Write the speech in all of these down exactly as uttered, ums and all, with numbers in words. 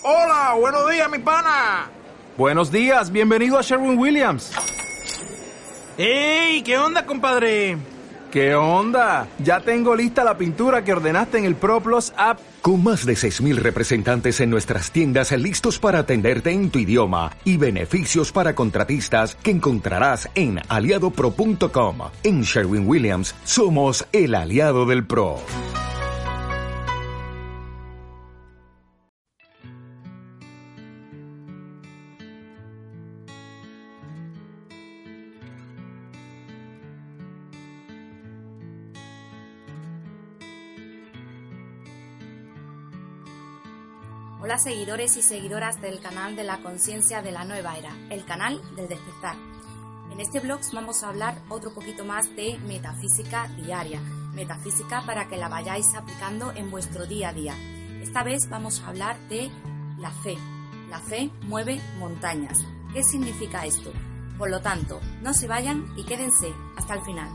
Hola, buenos días, mi pana. Buenos días, bienvenido a Sherwin-Williams. ¡Ey! ¿Qué onda, compadre? ¿Qué onda? Ya tengo lista la pintura que ordenaste en el ProPlus app. Con más de seis mil representantes en nuestras tiendas listos para atenderte en tu idioma y beneficios para contratistas que encontrarás en aliado pro punto com. En Sherwin-Williams somos el aliado del pro. Hola seguidores y seguidoras del canal de la conciencia de la nueva era, el canal del despertar. En este blog vamos a hablar otro poquito más de metafísica diaria, metafísica para que la vayáis aplicando en vuestro día a día. Esta vez vamos a hablar de la fe. La fe mueve montañas. ¿Qué significa esto? Por lo tanto, no se vayan y quédense hasta el final.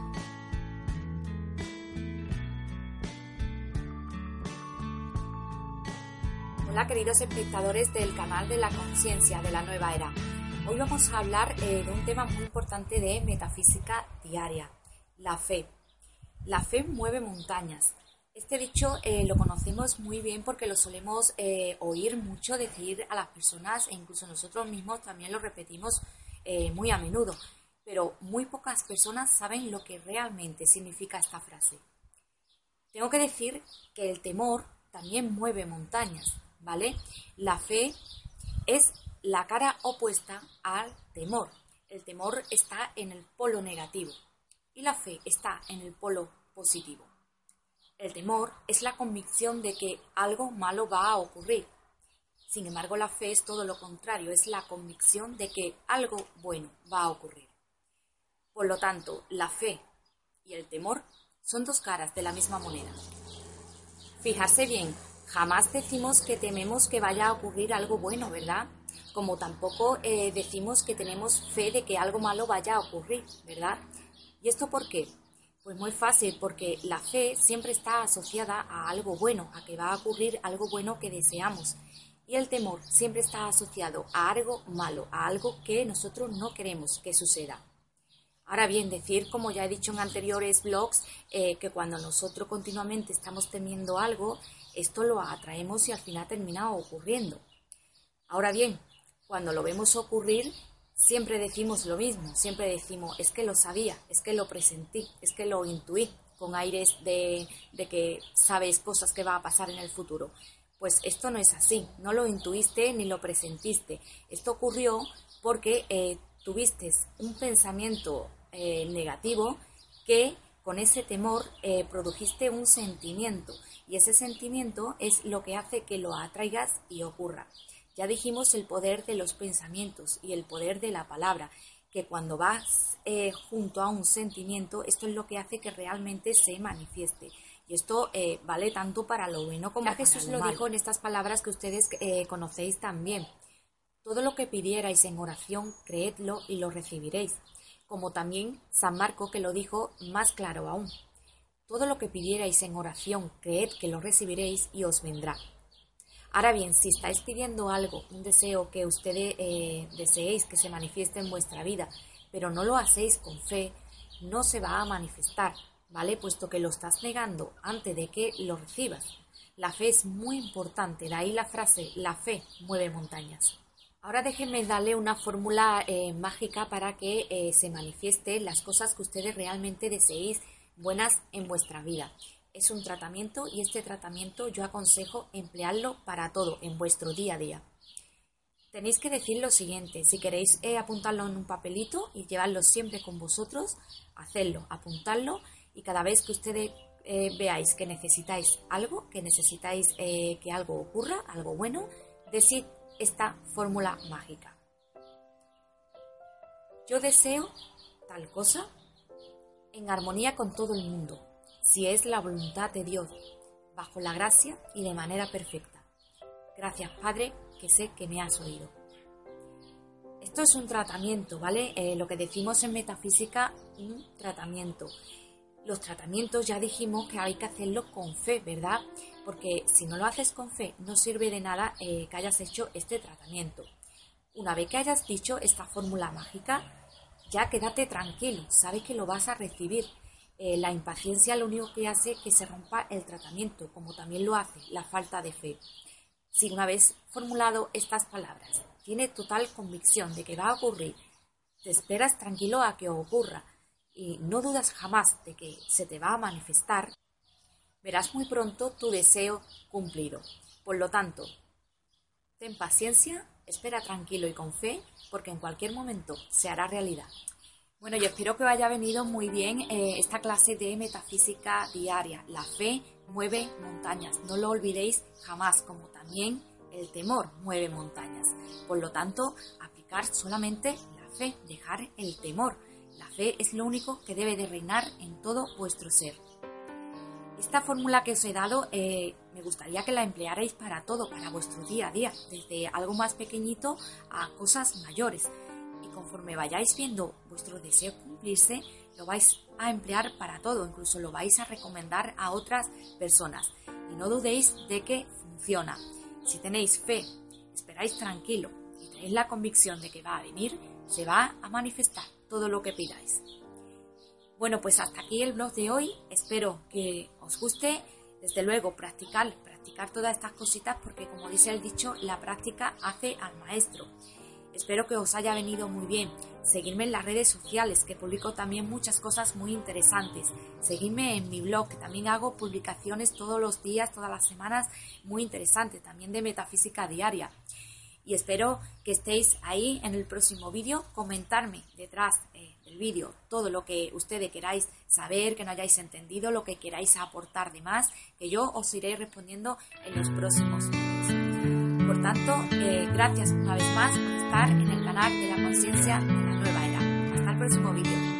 Hola queridos espectadores del canal de la conciencia de la nueva era. Hoy vamos a hablar eh, de un tema muy importante de metafísica diaria, la fe. La fe mueve montañas. Este dicho eh, lo conocemos muy bien porque lo solemos eh, oír mucho decir a las personas e incluso nosotros mismos también lo repetimos eh, muy a menudo. Pero muy pocas personas saben lo que realmente significa esta frase. Tengo que decir que el temor también mueve montañas. ¿Vale? La fe es la cara opuesta al temor. El temor está en el polo negativo y la fe está en el polo positivo. El temor es la convicción de que algo malo va a ocurrir. Sin embargo, la fe es todo lo contrario, es la convicción de que algo bueno va a ocurrir. Por lo tanto, la fe y el temor son dos caras de la misma moneda. Fijarse bien. Jamás decimos que tememos que vaya a ocurrir algo bueno, ¿verdad? Como tampoco eh, decimos que tenemos fe de que algo malo vaya a ocurrir, ¿verdad? ¿Y esto por qué? Pues muy fácil, porque la fe siempre está asociada a algo bueno, a que va a ocurrir algo bueno que deseamos. Y el temor siempre está asociado a algo malo, a algo que nosotros no queremos que suceda. Ahora bien, decir, como ya he dicho en anteriores blogs, eh, que cuando nosotros continuamente estamos temiendo algo, esto lo atraemos y al final termina ocurriendo. Ahora bien, cuando lo vemos ocurrir, siempre decimos lo mismo, siempre decimos, es que lo sabía, es que lo presentí, es que lo intuí, con aires de, de que sabes cosas que va a pasar en el futuro. Pues esto no es así, no lo intuiste ni lo presentiste. Esto ocurrió porque eh, tuviste un pensamiento eh, negativo que con ese temor eh, produjiste un sentimiento y ese sentimiento es lo que hace que lo atraigas y ocurra. Ya dijimos el poder de los pensamientos y el poder de la palabra, que cuando vas eh, junto a un sentimiento, esto es lo que hace que realmente se manifieste. Y esto eh, vale tanto para lo bueno como para lo malo. Jesús lo dijo en estas palabras que ustedes eh, conocéis también. Todo lo que pidierais en oración, creedlo y lo recibiréis. Como también San Marco, que lo dijo más claro aún. Todo lo que pidierais en oración, creed que lo recibiréis y os vendrá. Ahora bien, si estáis pidiendo algo, un deseo que ustedes eh, deseéis que se manifieste en vuestra vida, pero no lo hacéis con fe, no se va a manifestar, ¿vale? Puesto que lo estás negando antes de que lo recibas. La fe es muy importante, de ahí la frase, la fe mueve montañas. Ahora déjenme darle una fórmula eh, mágica para que eh, se manifieste las cosas que ustedes realmente deseéis buenas en vuestra vida. Es un tratamiento y este tratamiento yo aconsejo emplearlo para todo en vuestro día a día. Tenéis que decir lo siguiente, si queréis eh, apuntarlo en un papelito y llevarlo siempre con vosotros, hacedlo, apuntadlo y cada vez que ustedes eh, veáis que necesitáis algo, que necesitáis eh, que algo ocurra, algo bueno, decid esta fórmula mágica. Yo deseo tal cosa en armonía con todo el mundo, si es la voluntad de Dios, bajo la gracia y de manera perfecta. Gracias, Padre, que sé que me has oído. Esto es un tratamiento, ¿vale? Eh, lo que decimos en metafísica, un tratamiento. Los tratamientos ya dijimos que hay que hacerlo con fe, ¿verdad? Porque si no lo haces con fe, no sirve de nada eh, que hayas hecho este tratamiento. Una vez que hayas dicho esta fórmula mágica, ya quédate tranquilo, sabes que lo vas a recibir. Eh, la impaciencia lo único que hace es que se rompa el tratamiento, como también lo hace la falta de fe. Si una vez formulado estas palabras, tienes total convicción de que va a ocurrir, te esperas tranquilo a que ocurra y no dudas jamás de que se te va a manifestar, verás muy pronto tu deseo cumplido. Por lo tanto, ten paciencia, espera tranquilo y con fe, porque en cualquier momento se hará realidad. Bueno, yo espero que os haya venido muy bien eh, esta clase de metafísica diaria. La fe mueve montañas, no lo olvidéis jamás, como también el temor mueve montañas. Por lo tanto, aplicar solamente la fe, dejar el temor. La fe es lo único que debe de reinar en todo vuestro ser. Esta fórmula que os he dado eh, me gustaría que la emplearais para todo, para vuestro día a día, desde algo más pequeñito a cosas mayores. Y conforme vayáis viendo vuestros deseos cumplirse, lo vais a emplear para todo, incluso lo vais a recomendar a otras personas. Y no dudéis de que funciona. Si tenéis fe, esperáis tranquilo y tenéis la convicción de que va a venir, se va a manifestar todo lo que pidáis. Bueno, pues hasta aquí el blog de hoy. Espero que os guste. Desde luego, practicar, practicar todas estas cositas porque, como dice el dicho, la práctica hace al maestro. Espero que os haya venido muy bien. Seguidme en las redes sociales, que publico también muchas cosas muy interesantes. Seguidme en mi blog, que también hago publicaciones todos los días, todas las semanas, muy interesantes, también de metafísica diaria. Y espero que estéis ahí en el próximo vídeo, comentarme detrás eh, del vídeo todo lo que ustedes queráis saber, que no hayáis entendido, lo que queráis aportar de más, que yo os iré respondiendo en los próximos vídeos. Por tanto, eh, gracias una vez más por estar en el canal de la conciencia de la nueva era. Hasta el próximo vídeo.